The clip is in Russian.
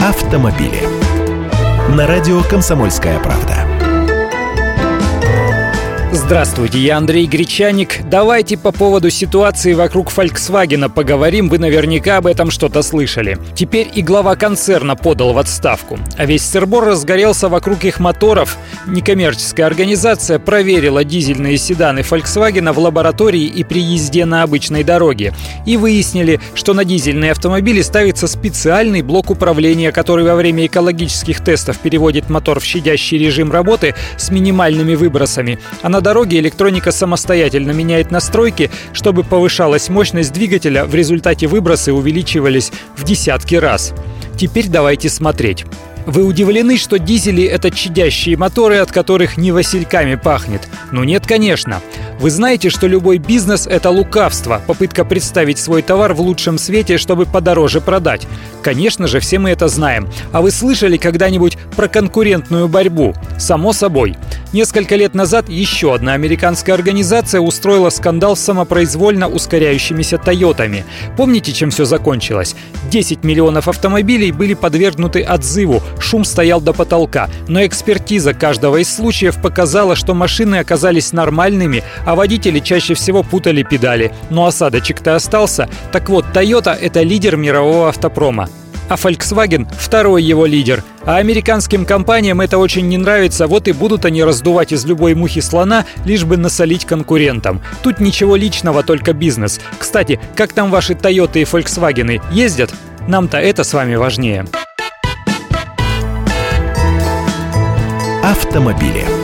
автомобили. На радио «Комсомольская правда». Здравствуйте, я Андрей Гречаник. Давайте по поводу ситуации вокруг Volkswagen поговорим, вы наверняка об этом что-то слышали. Теперь и глава концерна подал в отставку. А весь сыр-бор разгорелся вокруг их моторов. Некоммерческая организация проверила дизельные седаны Volkswagen в лаборатории и при езде на обычной дороге. И выяснили, что на дизельные автомобили ставится специальный блок управления, который во время экологических тестов переводит мотор в щадящий режим работы с минимальными выбросами. А на дороге электроника самостоятельно меняет настройки, чтобы повышалась мощность двигателя, в результате выбросы увеличивались в десятки раз. Теперь давайте смотреть. Вы удивлены, что дизели — это чадящие моторы, от которых не васильками пахнет? Ну нет, конечно. Вы знаете, что любой бизнес — это лукавство, попытка представить свой товар в лучшем свете, чтобы подороже продать. Конечно же, все мы это знаем. А вы слышали когда-нибудь про конкурентную борьбу? Само собой. Несколько лет назад еще одна американская организация устроила скандал с самопроизвольно ускоряющимися «Тойотами». Помните, чем все закончилось? 10 миллионов автомобилей были подвергнуты отзыву, шум стоял до потолка. Но экспертиза каждого из случаев показала, что машины оказались нормальными, а водители чаще всего путали педали. Но осадочек-то остался. Так вот, Toyota — это лидер мирового автопрома. А Volkswagen – второй его лидер. А американским компаниям это очень не нравится, вот и будут они раздувать из любой мухи слона, лишь бы насолить конкурентам. Тут ничего личного, только бизнес. Кстати, как там ваши Toyota и Volkswagen ездят? Нам-то это с вами важнее. Автомобили.